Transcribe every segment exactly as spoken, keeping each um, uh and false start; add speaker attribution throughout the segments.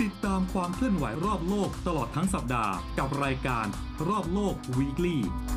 Speaker 1: ติดตามความเคลื่อนไหวรอบโลกตลอดทั้งสัปดาห์กับรายการรอบโลก Weekly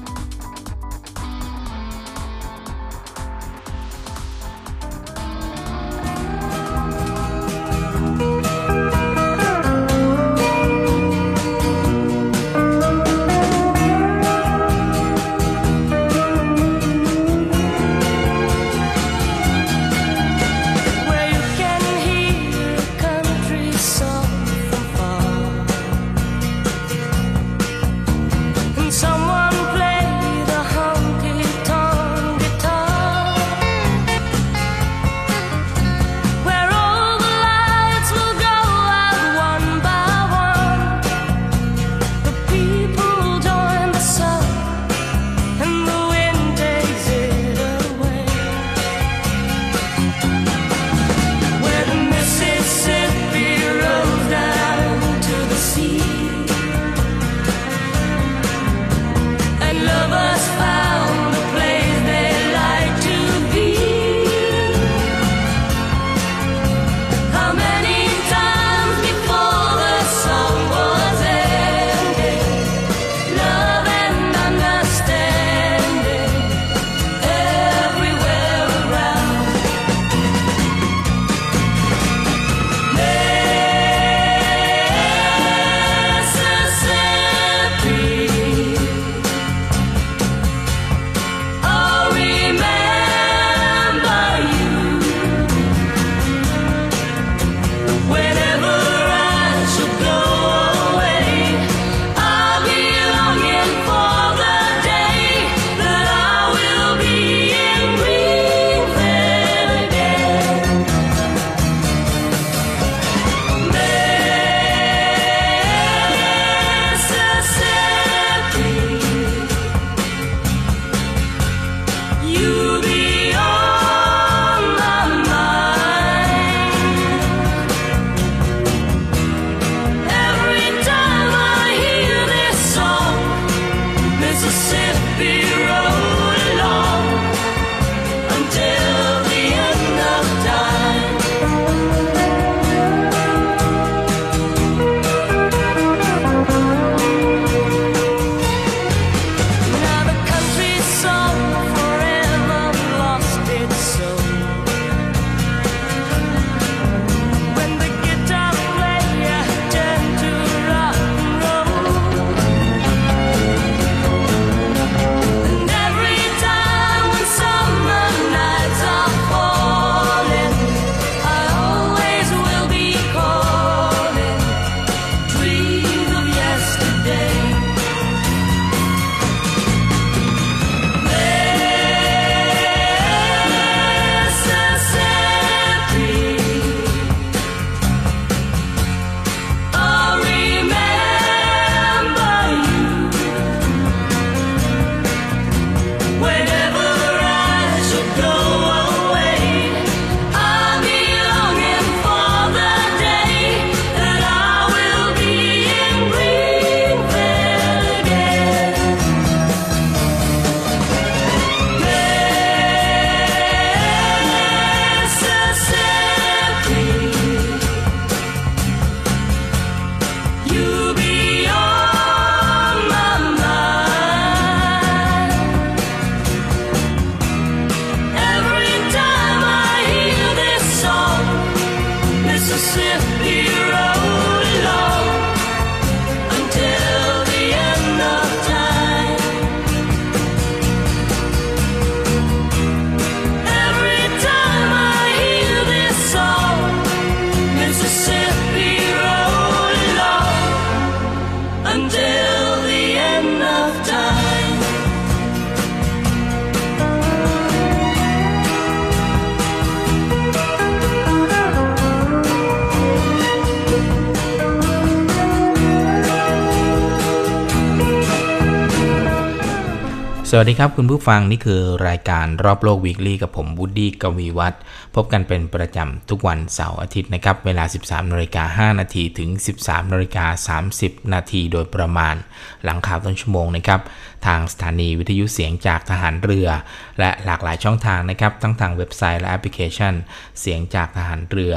Speaker 2: สวัสดีครับคุณผู้ฟังนี่คือรายการรอบโลก Weekly กับผมวูดดี้กวีวัฒน์พบกันเป็นประจำทุกวันเสาร์อาทิตย์นะครับเวลา สิบสามนาฬิกาห้านาที ถึง สิบสามนาฬิกาสามสิบนาทีโดยประมาณหลังข่าวต้นชั่วโมงนะครับทางสถานีวิทยุเสียงจากทหารเรือและหลากหลายช่องทางนะครับทั้งทางเว็บไซต์และแอปพลิเคชันเสียงจากทหารเรือ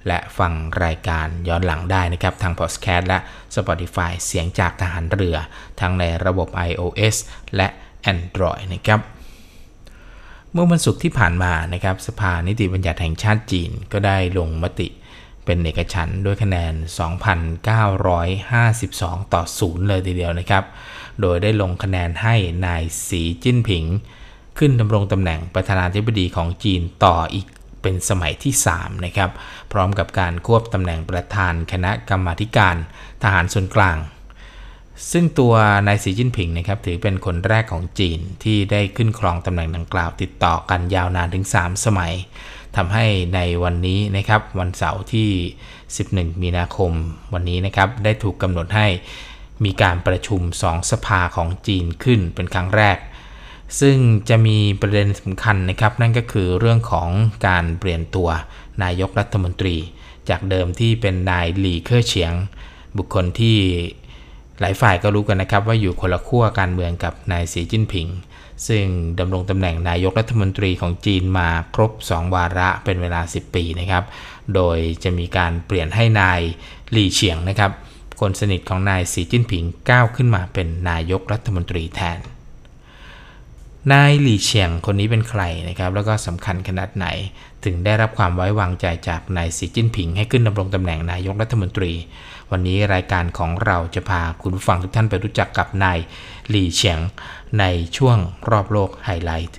Speaker 2: และฟังรายการย้อนหลังได้นะครับทาง Podcast และ Spotify เสียงจากทหารเรือทั้งในระบบ iOS และ Android นะครับเมื่อวันศุกร์ที่ผ่านมานะครับสภานิติบัญญัติแห่งชาติจีนก็ได้ลงมติเป็นเอกฉันท์ด้วยคะแนน สองพันเก้าร้อยห้าสิบสอง ต่อศูนย์เลยทีเดียวนะครับโดยได้ลงคะแนนให้นายสีจิ้นผิงขึ้นดำรงตำแหน่งประธานาธิบดีของจีนต่ออีกเป็นสมัยที่สามนะครับพร้อมกับการควบตำแหน่งประธานคณะกรรมาธิการทหารส่วนกลางซึ่งตัวนายสีจิ้นผิงนะครับถือเป็นคนแรกของจีนที่ได้ขึ้นครองตำแหน่งดังกล่าวติดต่อกันยาวนานถึงสามสมัยทำให้ในวันนี้นะครับวันเสาร์ที่สิบเอ็ดมีนาคมวันนี้นะครับได้ถูกกำหนดให้มีการประชุมสองสภาของจีนขึ้นเป็นครั้งแรกซึ่งจะมีประเด็นสำคัญนะครับนั่นก็คือเรื่องของการเปลี่ยนตัวนายกรัฐมนตรีจากเดิมที่เป็นนายหลี่เค่อเฉียงบุคคลที่หลายฝ่ายก็รู้กันนะครับว่าอยู่คนละขั้วการเมืองกับนายสีจิ้นผิงซึ่งดำรงตำแหน่งนายกรัฐมนตรีของจีนมาครบสองวาระเป็นเวลาสิบปีนะครับโดยจะมีการเปลี่ยนให้นายหลี่เฉียงนะครับคนสนิทของนายสีจิ้นผิงก้าวขึ้นมาเป็นนายกรัฐมนตรีแทนนายหลี่เฉียงคนนี้เป็นใครนะครับแล้วก็สำคัญขนาดไหนถึงได้รับความไว้วางใจจากนายสีจิ้นผิงให้ขึ้นดำรงตำแหน่งนายกรัฐมนตรีวันนี้รายการของเราจะพาคุณผู้ฟังทุกท่านไปรู้จักกับนายหลี่เฉียงในช่วงรอบโลกไฮไลท์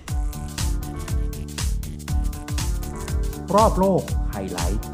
Speaker 1: รอบโลกไฮไลท์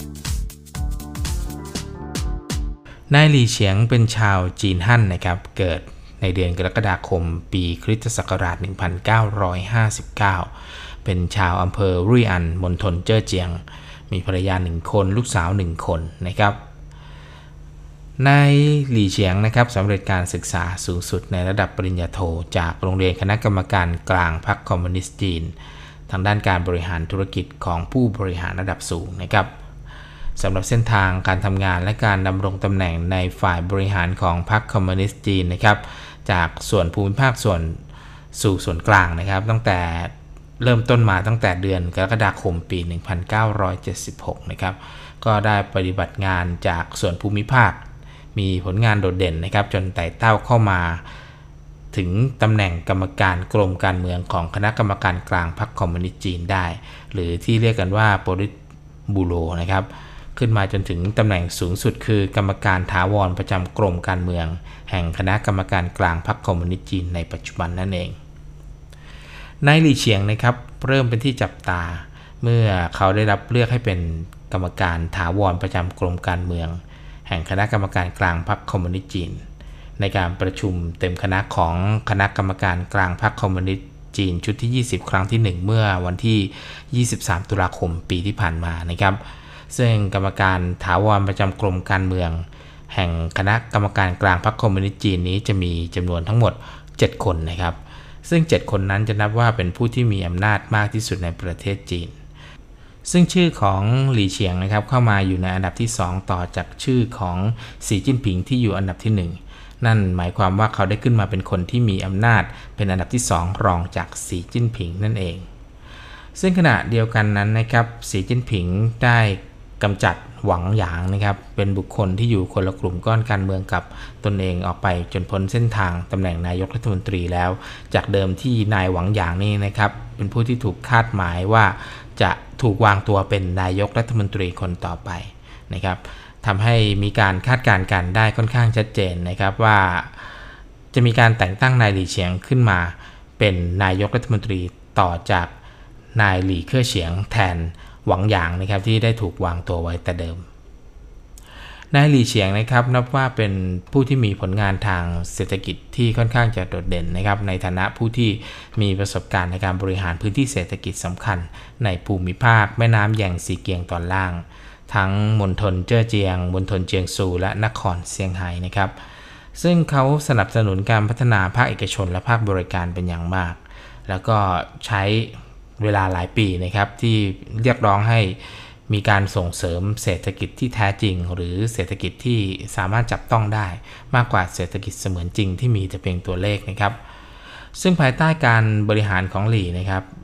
Speaker 2: นายหลี่เฉียงเป็นชาวจีนฮั่นนะครับเกิดในเดือนกรกฎาคมปีคริสตศักราชหนึ่งพันเก้าร้อยห้าสิบเก้าเป็นชาวอำเภอรุ่ยอันมณฑลเจ้อเจียงมีภรรยาหนึ่งคนลูกสาวหนึ่งคนนะครับนายหลี่เฉียงนะครับสำเร็จการศึกษาสูงสุดในระดับปริญญาโทจากโรงเรียนคณะกรรมการกลางพรรคคอมมิวนิสต์จีนทางด้านการบริหารธุรกิจของผู้บริหารระดับสูงนะครับสำหรับเส้นทางการทำงานและการดำรงตำแหน่งในฝ่ายบริหารของพรรคคอมมิวนิสต์จีนนะครับจากส่วนภูมิภาคส่วนสู่ส่วนกลางนะครับตั้งแต่เริ่มต้นมาตั้งแต่เดือนกรกฎาคมปีหนึ่งพันเก้าร้อยเจ็ดสิบหกนะครับก็ได้ปฏิบัติงานจากส่วนภูมิภาคมีผลงานโดดเด่นนะครับจนไต่เต้าเข้ามาถึงตำแหน่งกรรมการกรมการเมืองของคณะกรรมการกลางพรรคคอมมิวนิสต์จีนได้หรือที่เรียกกันว่าโปลิตบูโรนะครับขึ้นมาจนถึงตำแหน่งสูงสุดคือกรรมการถาวรประจำกรมการเมืองแห่งคณะกรรมการกลางพรรคคอมมิวนิสต์จีนในปัจจุบันนั่นเองนายหลี่เฉียงนะครับเริ่มเป็นที่จับตาเมื่อเขาได้รับเลือกให้เป็นกรรมการถาวรประจำกรมการเมืองแห่งคณะกรรมการกลางพรรคคอมมิวนิสต์จีนในการประชุมเต็มคณะของคณะกรรมการกลางพรรคคอมมิวนิสต์จีนชุดที่ยี่สิบครั้งที่หนึ่งเมื่อวันที่ยี่สิบสามตุลาคมปีที่ผ่านมานะครับซึ่งกรรมการถาวรประจำกรมการเมืองแห่งคณะกรรมการกลางพรรคคอมมิวนิสต์จีนนี้จะมีจำนวนทั้งหมดเจ็ดคนนะครับซึ่งเจ็ดคนนั้นจะนับว่าเป็นผู้ที่มีอำนาจมากที่สุดในประเทศจีนซึ่งชื่อของหลี่เฉียงนะครับเข้ามาอยู่ในอันดับที่สองต่อจากชื่อของสีจิ้นผิงที่อยู่อันดับที่หนึ่งนั่นหมายความว่าเขาได้ขึ้นมาเป็นคนที่มีอำนาจเป็นอันดับที่สองรองจากสีจิ้นผิงนั่นเองซึ่งขณะเดียวกันนั้นนะครับสีจิ้นผิงได้กำจัดหวังหยางนะครับเป็นบุคคลที่อยู่คนละกลุ่มก้อนการเมืองกับตนเองออกไปจนพ้นเส้นทางตำแหน่งนายกรัฐมนตรีแล้วจากเดิมที่นายหวังหยางนี่นะครับเป็นผู้ที่ถูกคาดหมายว่าจะถูกวางตัวเป็นนายกรัฐมนตรีคนต่อไปนะครับทำให้มีการคาดการณ์กันได้ค่อนข้างชัดเจนนะครับว่าจะมีการแต่งตั้งนายหลี่เฉียงขึ้นมาเป็นนายกรัฐมนตรีต่อจากนายหลี่เค่อเฉียงแทนหวังหยางนะครับที่ได้ถูกวางตัวไว้แต่เดิมนายหลี่เฉียงนะครับนับว่าเป็นผู้ที่มีผลงานทางเศรษฐกิจที่ค่อนข้างจะโดดเด่นนะครับในฐานะผู้ที่มีประสบการณ์ในการบริหารพื้นที่เศรษฐกิจสำคัญในภูมิภาคแม่น้ำแยงซีเกียงตอนล่างทั้งมณฑลเจ้อเจียงมณฑลเจียงซูและนครเซี่ยงไฮ้นะครับซึ่งเขาสนับสนุนการพัฒนาภาคเอกชนและภาคบริการเป็นอย่างมากแล้วก็ใช้เวลาหลายปีนะครับที่เรียกร้องให้มีการส่งเสริมเศรษฐกิจที่แท้จริงหรือเศรษฐกิจที่สามารถจับต้องได้มากกว่าเศรษฐกิจเสมือนจริงที่มีแต่เพียงตัวเลขนะครับซึ่งภายใต้การบริหารของหลี่นะครับ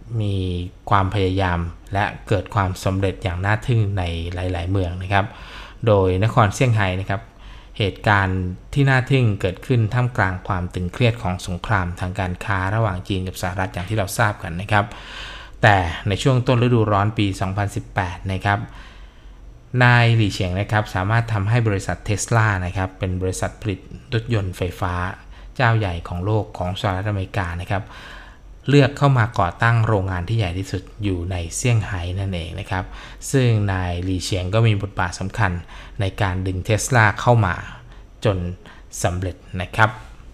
Speaker 2: มีความพยายามและเกิดความสำเร็จอย่างน่าทึ่งในหลายๆเมืองนะครับโดยนครเซี่ยงไฮ้นะครับเหตุการณ์ที่น่าทึ่งเกิดขึ้นท่ามกลางความตึงเครียดของสงครามทางการค้าระหว่างจีนกับสหรัฐอย่างที่เราทราบกันนะครับแต่ในช่วงต้นฤดูร้อนปีสองพันสิบแปดนะครับนายหลี่เฉียงนะครับสามารถทำให้บริษัท Tesla นะครับเป็นบริษัทผลิตรถยนต์ไฟฟ้าเจ้าใหญ่ของโลกของสหรัฐอเมริกานะครับเลือกเข้ามาก่อตั้งโรงงานที่ใหญ่ที่สุดอยู่ในเซี่ยงไฮ้นั่นเองนะครับซึ่งนายหลี่เฉียงก็มีบทบาทสำคัญในการดึง Tesla เข้ามาจนสำเร็จนะครับ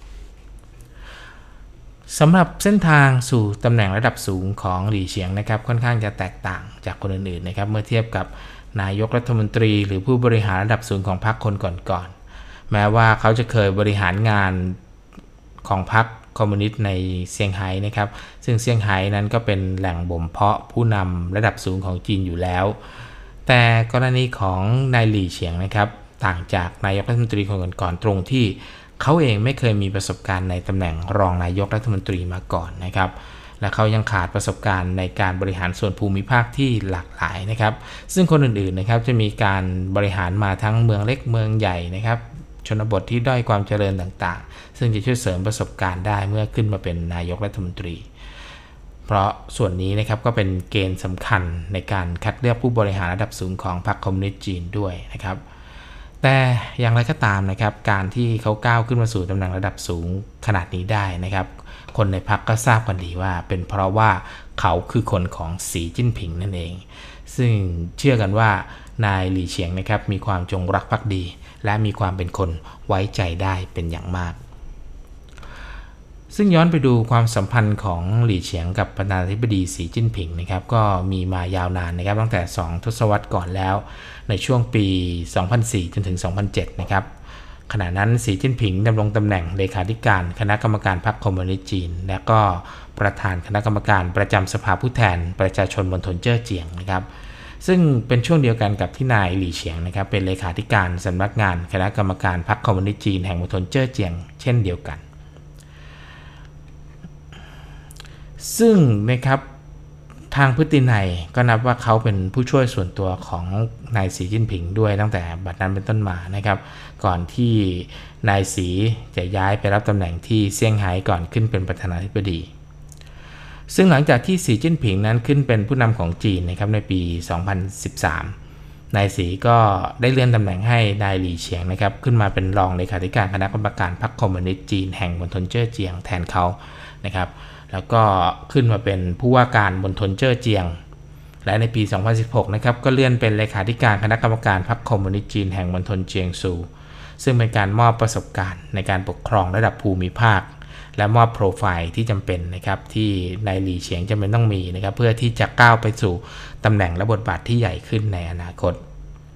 Speaker 2: สำหรับเส้นทางสู่ตำแหน่งระดับสูงของหลี่เฉียงนะครับค่อนข้างจะแตกต่างจากคนอื่นๆนะครับเมื่อเทียบกับนายกรัฐมนตรีหรือผู้บริหารระดับสูงของพรรคคนก่อนๆแม้ว่าเขาจะเคยบริหารงานของพรรคคอมมิวนิสต์ในเซี่ยงไฮ้นะครับซึ่งเซี่ยงไฮ้นั้นก็เป็นแหล่งบ่มเพาะผู้นำระดับสูงของจีนอยู่แล้วแต่กรณีของนายหลี่เฉียงนะครับต่างจากนายกรัฐมนตรีคนก่อนๆตรงที่เขาเองไม่เคยมีประสบการณ์ในตำแหน่งรองนายกรัฐมนตรีมาก่อนนะครับและเขายังขาดประสบการณ์ในการบริหารส่วนภูมิภาคที่หลากหลายนะครับซึ่งคนอื่นๆนะครับจะมีการบริหารมาทั้งเมืองเล็กเมืองใหญ่นะครับชนบทที่ด้อยความเจริญต่างๆซึ่งจะช่วยเสริมประสบการณ์ได้เมื่อขึ้นมาเป็นนายกรัฐมนตรีเพราะส่วนนี้นะครับก็เป็นเกณฑ์สำคัญในการคัดเลือกผู้บริหารระดับสูงของพรรคคอมมิวนิสต์จีนด้วยนะครับแต่อย่างไรก็ตามนะครับการที่เขาก้าวขึ้นมาสู่ตำแหน่งระดับสูงขนาดนี้ได้นะครับคนในพรรคก็ทราบกันดีว่าเป็นเพราะว่าเขาคือคนของสีจิ้นผิงนั่นเองซึ่งเชื่อกันว่านายหลี่เฉียงนะครับมีความจงรักภักดีและมีความเป็นคนไว้ใจได้เป็นอย่างมากซึ่งย้อนไปดูความสัมพันธ์ของหลี่เฉียงกับประธานาธิบดีสีจิ้นผิงนะครับก็มีมายาวนานนะครับตั้งแต่สองทศวรรษก่อนแล้วในช่วงปีสองพันสี่จนถึงสองพันเจ็ดนะครับขณะนั้นสีจิ้นผิงดำรงตำแหน่งเลขาธิการคณะกรรมการพรรคคอมมิวนิสต์จีนและก็ประธานคณะกรรมการประจำสภาผู้แทนประชาชนมณฑลเจ้อเจียงนะครับซึ่งเป็นช่วงเดียวกันกับที่นายหลี่เฉียงนะครับเป็นเลขาธิการสำนักงานคณะกรรมการพรรคคอมมิวนิสต์จีนแห่งมณฑลเจ้อเจียงเช่นเดียวกันซึ่งนะครับทางพฤตินัยก็นับว่าเขาเป็นผู้ช่วยส่วนตัวของนายสีจิ้นผิงด้วยตั้งแต่บัดนั้นเป็นต้นมานะครับก่อนที่นายสีจะย้ายไปรับตำแหน่งที่เซี่ยงไฮ้ก่อนขึ้นเป็นประธานาธิบดีซึ่งหลังจากที่สีจิ้นผิงนั้นขึ้นเป็นผู้นำของจีนนะครับในปีสองพันสิบสามนายสีก็ได้เลื่อนตำแหน่งให้นายหลี่เฉียงนะครับขึ้นมาเป็นรองเลขาธิการคณะกรรมการพรรคคอมมิวนิสต์จีนแห่งมณฑลเจ้อเจียงแทนเขานะครับแล้วก็ขึ้นมาเป็นผู้ว่าการมณฑลเจ้อเจียงและในปีสองพันสิบหกนะครับก็เลื่อนเป็นเลขาธิการคณะกรรมการพรรคคอมมิวนิสต์จีนแห่งมณฑลเจียงซูซึ่งเป็นการมอบประสบการณ์ในการปกครองระดับภูมิภาคและมอบโปรไฟล์ที่จำเป็นนะครับที่นายหลี่เฉียงจำเป็นต้องมีนะครับเพื่อที่จะก้าวไปสู่ตำแหน่งและบทบาทที่ใหญ่ขึ้นในอนาคต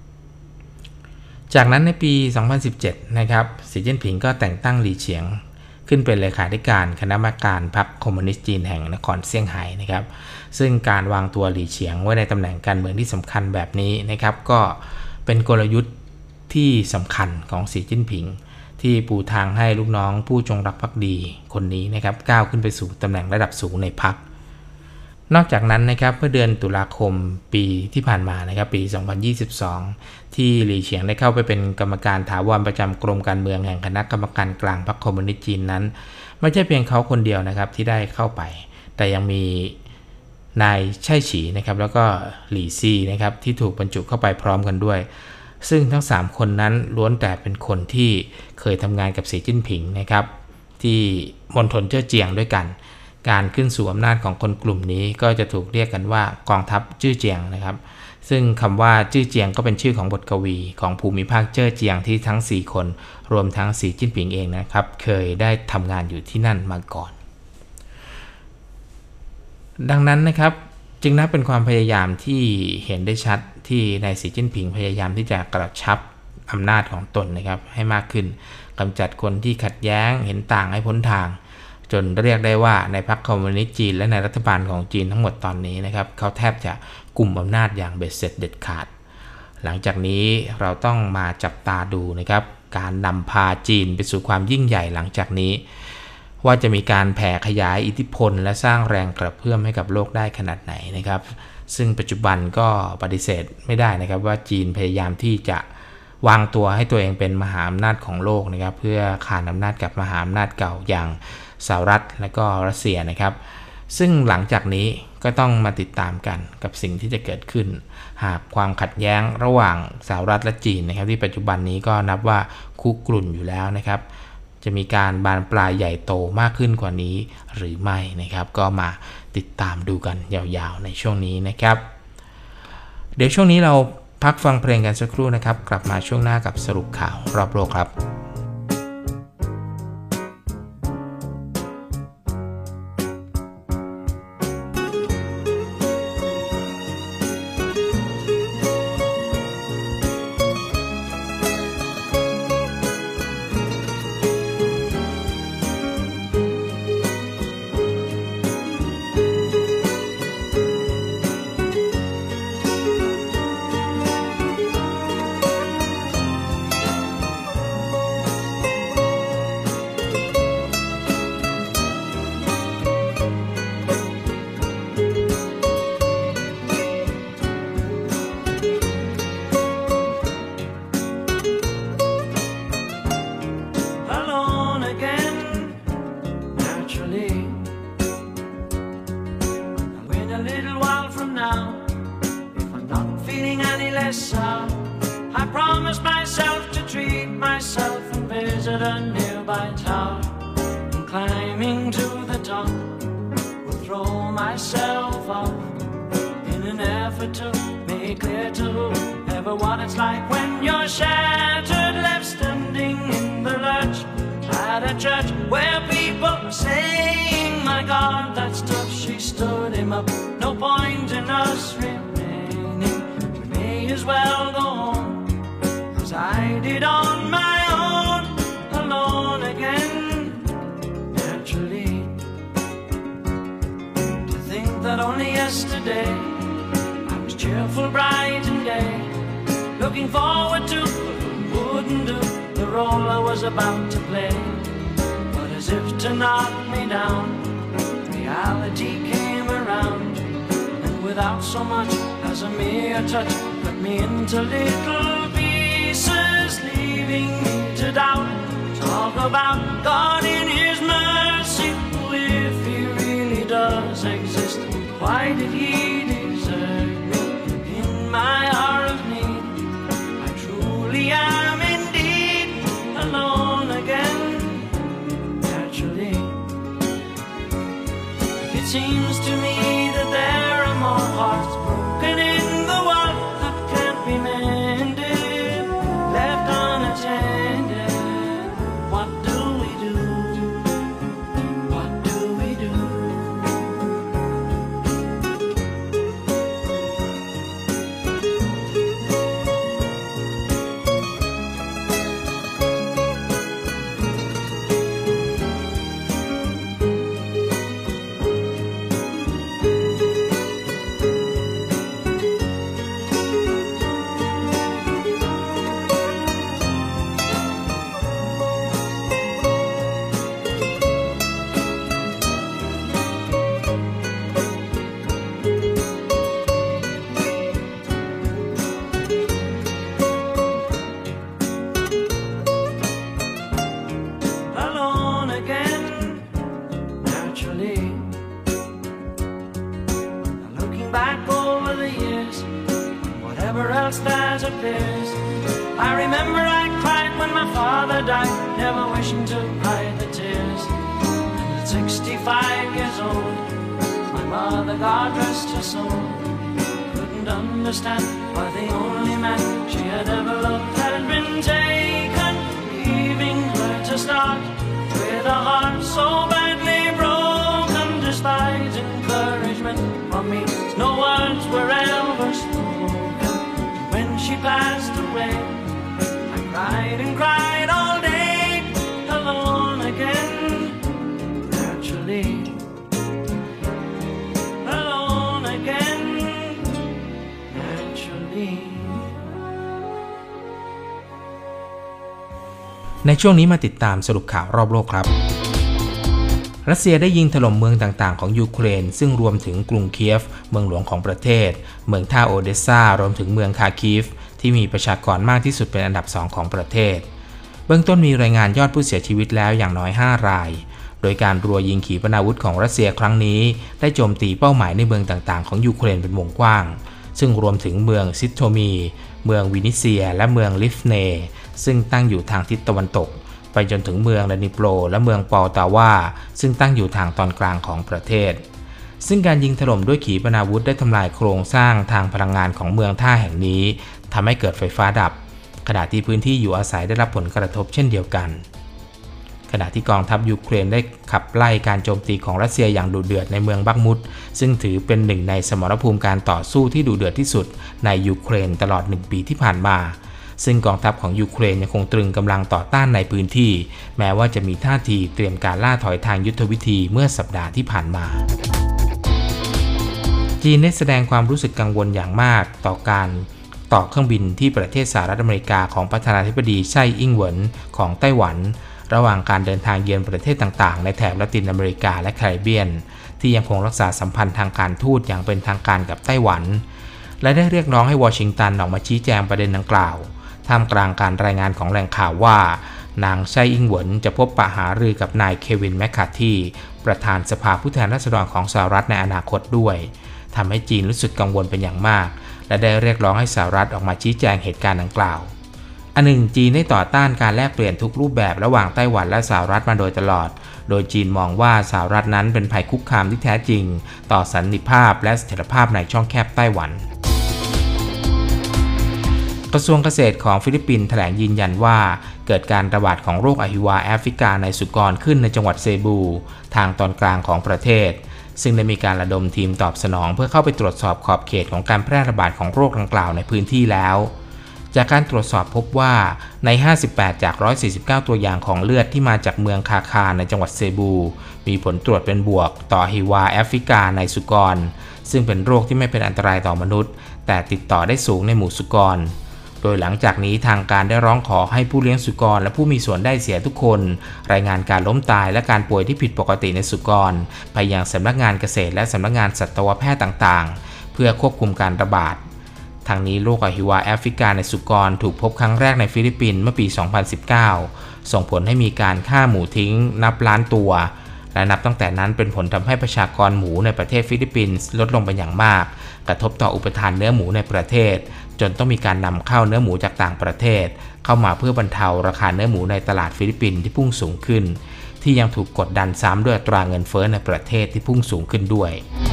Speaker 2: จากนั้นในปีสองพันสิบเจ็ดนะครับสีจิ้นผิงก็แต่งตั้งหลี่เฉียงขึ้นเป็นเลขาธิการคณะกรรมการพรรคคอมมิวนิสต์จีนแห่งนครเซี่ยงไฮ้นะครับซึ่งการวางตัวหลี่เฉียงไว้ในตำแหน่งการเมืองที่สำคัญแบบนี้นะครับก็เป็นกลยุทธ์ที่สำคัญของสีจิ้นผิงที่ปูทางให้ลูกน้องผู้จงรักภักดีคนนี้นะครับก้าวขึ้นไปสู่ตำแหน่งระดับสูงในพรรคนอกจากนั้นนะครับเมื่อเดือนตุลาคมปีที่ผ่านมานะครับปีสองพันยี่สิบสองที่หลี่เฉียงได้เข้าไปเป็นกรรมการถาวรประจำกรมการเมืองแห่งคณะกรรมการกลางพรรคคอมมิวนิสต์จีนนั้นไม่ใช่เพียงเขาคนเดียวนะครับที่ได้เข้าไปแต่ยังมีนายไช่ฉีนะครับแล้วก็หลี่ซีนะครับที่ถูกบรรจุเข้าไปพร้อมกันด้วยซึ่งทั้งสามคนนั้นล้วนแต่เป็นคนที่เคยทำงานกับสีจิ้นผิงนะครับที่มณฑลเจ้อเจียงด้วยกันการขึ้นสู่อำนาจของคนกลุ่มนี้ก็จะถูกเรียกกันว่ากองทัพจื้อเจียงนะครับซึ่งคำว่าจื้อเจียงก็เป็นชื่อของบทกวีของภูมิภาคเจ้อเจียงที่ทั้งสี่คนรวมทั้งสีจิ้นผิงเองนะครับเคยได้ทำงานอยู่ที่นั่นมาก่อนดังนั้นนะครับจึงนับเป็นความพยายามที่เห็นได้ชัดที่นายสีจิ้นผิงพยายามที่จะกระชับอำนาจของตนนะครับให้มากขึ้นกำจัดคนที่ขัดแย้งเห็นต่างให้พ้นทางจนเรียกได้ว่าในพรรคคอมมิวนิสต์จีนและในรัฐบาลของจีนทั้งหมดตอนนี้นะครับเขาแทบจะกุมอำนาจอย่างเบ็ดเสร็จเด็ดขาดหลังจากนี้เราต้องมาจับตาดูนะครับการนำพาจีนไปสู่ความยิ่งใหญ่หลังจากนี้ว่าจะมีการแผ่ขยายอิทธิพลและสร้างแรงกระเพื่อมให้กับโลกได้ขนาดไหนนะครับซึ่งปัจจุบันก็ปฏิเสธไม่ได้นะครับว่าจีนพยายามที่จะวางตัวให้ตัวเองเป็นมหาอำนาจของโลกนะครับเพื่อขานอำนาจกับมหาอำนาจเก่าอย่างสหรัฐและก็รัสเซียนะครับซึ่งหลังจากนี้ก็ต้องมาติดตามกันกับสิ่งที่จะเกิดขึ้นหากความขัดแย้งระหว่างสหรัฐและจีนนะครับที่ปัจจุบันนี้ก็นับว่าคุกรุ่นอยู่แล้วนะครับจะมีการบานปลายใหญ่โตมากขึ้นกว่านี้หรือไม่นะครับก็มาติดตามดูกันยาวๆในช่วงนี้นะครับเดี๋ยวช่วงนี้เราพักฟังเพลงกันสักครู่นะครับกลับมาช่วงหน้ากับสรุปข่าวรอบโลกครับ
Speaker 3: at a nearby tower, and climbing to the top, will throw myself off in an effort to make clear to whoever what it's like when you're shattered, left standing in the lurch at a church where people are saying, my God, that's tough. She stood him up. No point in us remaining. We may as well go home, 'cause I did on my own, alone again. Naturally, to think that only yesterday I was cheerful, bright and gay, looking forward to who wouldn't do the role I was about to play. But as if to knock me down, reality came around, and without so much as a mere touch, cut me into little pieces, leaving me to doubt. Talk about God in His mercy, if He really does exist, why did He desert me in my hour of need? I truly am indeed alone again. Naturally, it seems to me that there are more hearts broken in the world that can't be mended, left unattended. What do we do? What do we do? Alone again, naturally. Looking back over the years, whatever else that appears, I remember I cried when my father died, never wishing to hide the tears. And at sixty-five years old, my mother, God rest her soul, couldn't understand why the only man she had ever loved had been taken, leaving her to start with a heart so badly broken. Despite encouragement from me, no words were ever spoken. When she passed away, I cried and cried all day, alone again. Naturally, alone again. Naturally.
Speaker 2: ในช่วงนี้มาติดตามสรุปข่าวรอบโลกครับรัสเซียได้ยิงถล่มเมืองต่างๆของยูเครนซึ่งรวมถึงกรุงเคียฟเมืองหลวงของประเทศเมืองท่าโอเดสซารวมถึงเมืองคาคีฟที่มีประชากรมากที่สุดเป็นอันดับสองของประเทศเบื้องต้นมีรายงานยอดผู้เสียชีวิตแล้วอย่างน้อยห้ารายโดยการรัวยิงขีปนาวุธของรัสเซียครั้งนี้ได้โจมตีเป้าหมายในเมืองต่างๆของยูเครนเป็นวงกว้างซึ่งรวมถึงเมืองซิโทมีเมืองวินิเซียและเมืองลิฟเนซึ่งตั้งอยู่ทางทิศตะวันตกไปจนถึงเมืองลานิโปรและเมืองปอลตาวาซึ่งตั้งอยู่ทางตอนกลางของประเทศซึ่งการยิงถล่มด้วยขีปนาวุธได้ทำลายโครงสร้างทางพลังงานของเมืองท่าแห่งนี้ทำให้เกิดไฟฟ้าดับขณะที่พื้นที่อยู่อาศัยได้รับผลกระทบเช่นเดียวกันขณะที่กองทัพยูเครนได้ขับไล่การโจมตีของรัสเซียอย่างดุเดือดในเมืองบักมุตซึ่งถือเป็นหนึ่งในสมรภูมิการต่อสู้ที่ดุเดือดที่สุดในยูเครนตลอดหนึ่งปีที่ผ่านมาซึ่งกองทัพของยูเครนยังคงตรึงกำลังต่อต้านในพื้นที่แม้ว่าจะมีท่าทีเตรียมการล่าถอยทางยุทธวิธีเมื่อสัปดาห์ที่ผ่านมาจีนได้แสดงความรู้สึกกังวลอย่างมากต่อการต่อเครื่องบินที่ประเทศสหรัฐอเมริกาของประธานาธิบดีไช่อิงเหวินของไต้หวันระหว่างการเดินทางเยือนประเทศต่างๆในแถบละตินอเมริกาและแคริบเบียนที่ยังคงรักษาสัมพันธ์ทางการทูตอย่างเป็นทางการกับไต้หวันและได้เรียกร้องให้วอชิงตันออกมาชี้แจงประเด็นดังกล่าวท่ามกลางการรายงานของแหล่งข่าวว่านางไช่อิงเหวินจะพบปะหารือกับนายเควินแมคคาธีประธานสภาผู้แทนราษฎรของสหรัฐในอนาคตด้วยทำให้จีนรู้สึกกังวลเป็นอย่างมากและได้เรียกร้องให้สหรัฐออกมาชี้แจงเหตุการณ์ดังกล่าวอันหนึ่งจีนได้ต่อต้านการแลกเปลี่ยนทุกรูปแบบระหว่างไต้หวันและสหรัฐมาโดยตลอดโดยจีนมองว่าสหรัฐนั้นเป็นภัยคุกคามที่แท้จริงต่อสันติภาพและเสถียรภาพในช่องแคบไต้หวันกระทรวงเกษตรของฟิลิปปินส์แถลงยืนยันว่าเกิดการระบาดของโรคอหิวาแอฟริกาในสุกรขึ้นในจังหวัดเซบูทางตอนกลางของประเทศซึ่งได้มีการระดมทีมตอบสนองเพื่อเข้าไปตรวจสอบขอบเขตของการแพร่ระบาดของโรคดังกล่าวในพื้นที่แล้วจากการตรวจสอบพบว่าในห้าสิบแปดจากหนึ่งร้อยสี่สิบเก้าตัวอย่างของเลือดที่มาจากเมืองคาคาในจังหวัดเซบูมีผลตรวจเป็นบวกต่อฮิวาแอฟริกาในสุกรซึ่งเป็นโรคที่ไม่เป็นอันตรายต่อมนุษย์แต่ติดต่อได้สูงในหมู่สุกรโดยหลังจากนี้ทางการได้ร้องขอให้ผู้เลี้ยงสุกรและผู้มีส่วนได้เสียทุกคนรายงานการล้มตายและการป่วยที่ผิดปกติในสุกรไปยังสำนักงานเกษตรและสำนักงานสัตวแพทย์ต่างๆเพื่อควบคุมการระบาดทางนี้โรคอหิวาแอฟริกาในสุกรถูกพบครั้งแรกในฟิลิปปินส์เมื่อปี สองพันสิบเก้า ส่งผลให้มีการฆ่าหมูทิ้งนับล้านตัวและนับตั้งแต่นั้นเป็นผลทำให้ประชากรหมูในประเทศฟิลิปปินส์ลดลงไปอย่างมากกระทบต่ออุปทานเนื้อหมูในประเทศจนต้องมีการนำเข้าเนื้อหมูจากต่างประเทศเข้ามาเพื่อบรรเทาราคาเนื้อหมูในตลาดฟิลิปปินส์ที่พุ่งสูงขึ้นที่ยังถูกกดดันซ้ำด้วยอัตราเงินเฟ้อในประเทศที่พุ่งสูงขึ้นด้วย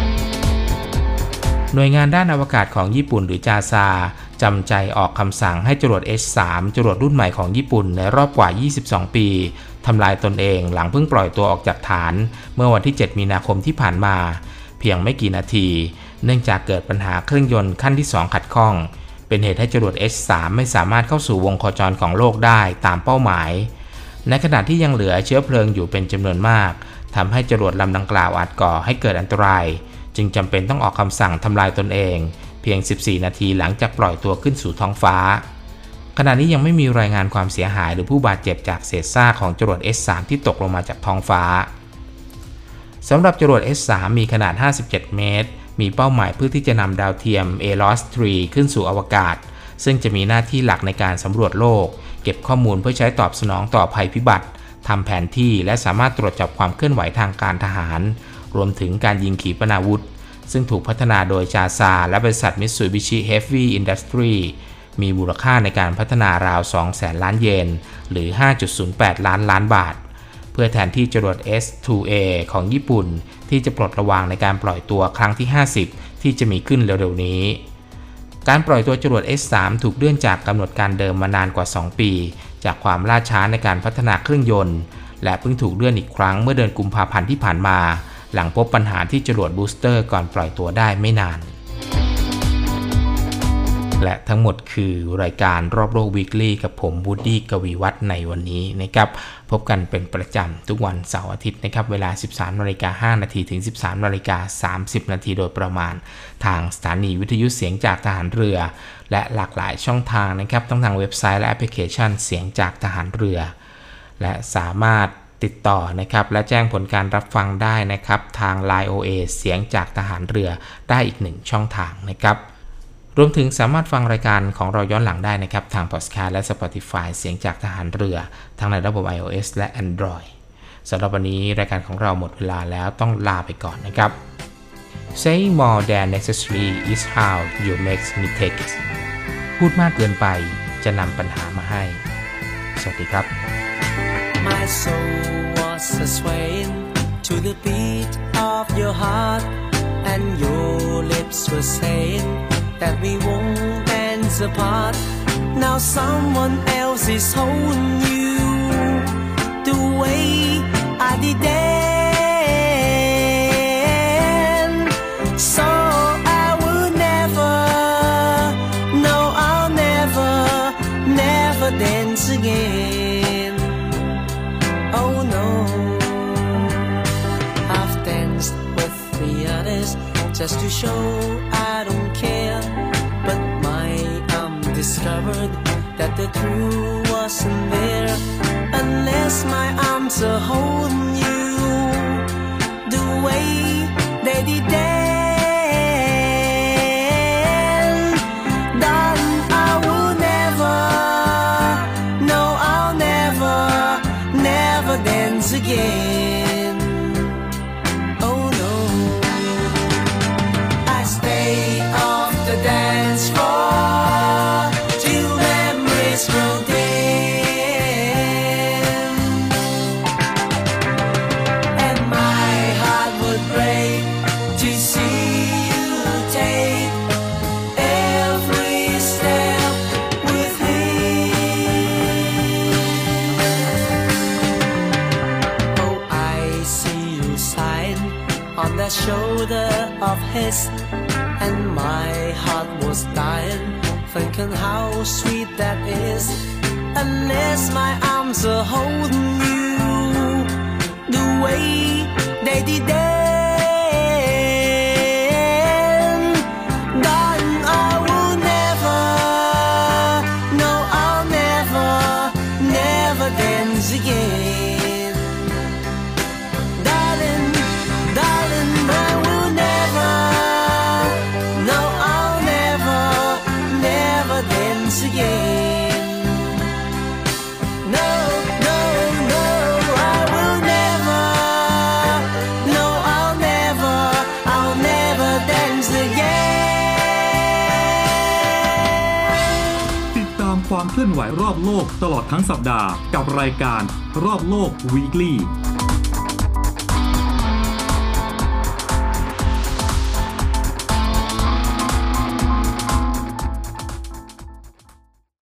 Speaker 2: หน่วยงานด้านอวกาศของญี่ปุ่นหรือจาซาจำใจออกคำสั่งให้จรวด เอช สาม จรวดรุ่นใหม่ของญี่ปุ่นในรอบกว่ายี่สิบสองปีทำลายตนเองหลังเพิ่งปล่อยตัวออกจากฐานเมื่อวันที่เจ็ดมีนาคมที่ผ่านมาเพียงไม่กี่นาทีเนื่องจากเกิดปัญหาเครื่องยนต์ขั้นที่สองขัดข้องเป็นเหตุให้จรวด เอช สาม ไม่สามารถเข้าสู่วงโคจรของโลกได้ตามเป้าหมายในขณะที่ยังเหลือเชื้อเพลิงอยู่เป็นจำนวนมากทำให้จรวดลำดังกล่าวอาจก่อให้เกิดอันตรายจึงจำเป็นต้องออกคำสั่งทำลายตนเองเพียงสิบสี่นาทีหลังจากปล่อยตัวขึ้นสู่ท้องฟ้าขณะนี้ยังไม่มีรายงานความเสียหายหรือผู้บาดเจ็บจากเศษซากของจรวด เอช สาม ที่ตกลงมาจากท้องฟ้าสำหรับจรวด เอช สาม มีขนาดห้าสิบเจ็ดเมตรมีเป้าหมายเพื่อที่จะนำดาวเทียม เอ แอล โอ เอส สาม ขึ้นสู่อวกาศซึ่งจะมีหน้าที่หลักในการสำรวจโลกเก็บข้อมูลเพื่อใช้ตอบสนองต่อภัยพิบัติทำแผนที่และสามารถตรวจจับความเคลื่อนไหวทางการทหารรวมถึงการยิงขีปนาวุธซึ่งถูกพัฒนาโดยจาซาและบริษัท Mitsubishi Heavy Industry มีมูลค่าในการพัฒนาราว สองแสนล้านเยนหรือ ห้าจุดศูนย์แปดล้านล้านบาทเพื่อแทนที่จรวด เอส ทู เอ ของญี่ปุ่นที่จะปลดระวางในการปล่อยตัวครั้งที่ห้าสิบที่จะมีขึ้นเร็วๆนี้การปล่อยตัวจรวด เอช สาม ถูกเลื่อนจากกำหนดการเดิมมานานกว่าสองปีจากความล่าช้าในการพัฒนาเครื่องยนต์และเพิ่งถูกเลื่อนอีกครั้งเมื่อเดือนกุมภาพันธ์ที่ผ่านมาหลังพบปัญหาที่จรวดบูสเตอร์ก่อนปล่อยตัวได้ไม่นานและทั้งหมดคือรายการรอบโลก Weekly กับผมวูดดี้กวีวัฒน์ในวันนี้นะครับพบกันเป็นประจำทุกวันเสาร์อาทิตย์นะครับเวลา สิบสามนาฬิกาห้านาที ถึง สิบสามนาฬิกาสามสิบนาทีโดยประมาณทางสถานีวิทยุเสียงจากทหารเรือและหลากหลายช่องทางนะครับทั้งทางเว็บไซต์และแอปพลิเคชันเสียงจากทหารเรือและสามารถติดต่อนะครับและแจ้งผลการรับฟังได้นะครับทาง ไลน์ โอ เอ เสียงจากทหารเรือได้อีกหนึ่งช่องทางนะครับรวมถึงสามารถฟังรายการของเราย้อนหลังได้นะครับทาง Podcast และ Spotify เสียงจากทหารเรือทั้งในระบบ iOS และ Android สำหรับวันนี้รายการของเราหมดเวลาแล้วต้องลาไปก่อนนะครับ Saying more than necessary is how you make mistakes พูดมากเกินไปจะนำปัญหามาให้สวัสดีครับ
Speaker 4: My soul was swaying to the beat of your heart and your lips were saying that we won't dance apart. Now someone else is holding you the way I did then. So I will never, no, I'll never, never dance again. Oh no, I've danced with the others just to show I don't care. But my arm discovered that the truth wasn't there. Unless my arms are holding you the way they did then. Darling, I will never, no, I'll never, never dance again. Oh no, I stay off the dance floor till memories grow dim, and my heart would break to see you take every step with me. Oh, I see you sign on that shoulder of his, and my heart was dying, thinking how sweet that is. Unless my arms are holding you the way they did then. Darling, I will never, no, I'll never, never dance again. Darling, darling, I will never, no, I'll never, never dance again. No, no, no, I will never, no, I'll never, I'll never dance again.
Speaker 1: ติดตามความเคลื่อนไหวรอบโลกตลอดทั้งสัปดาห์กับรายการรอบโลก Weekly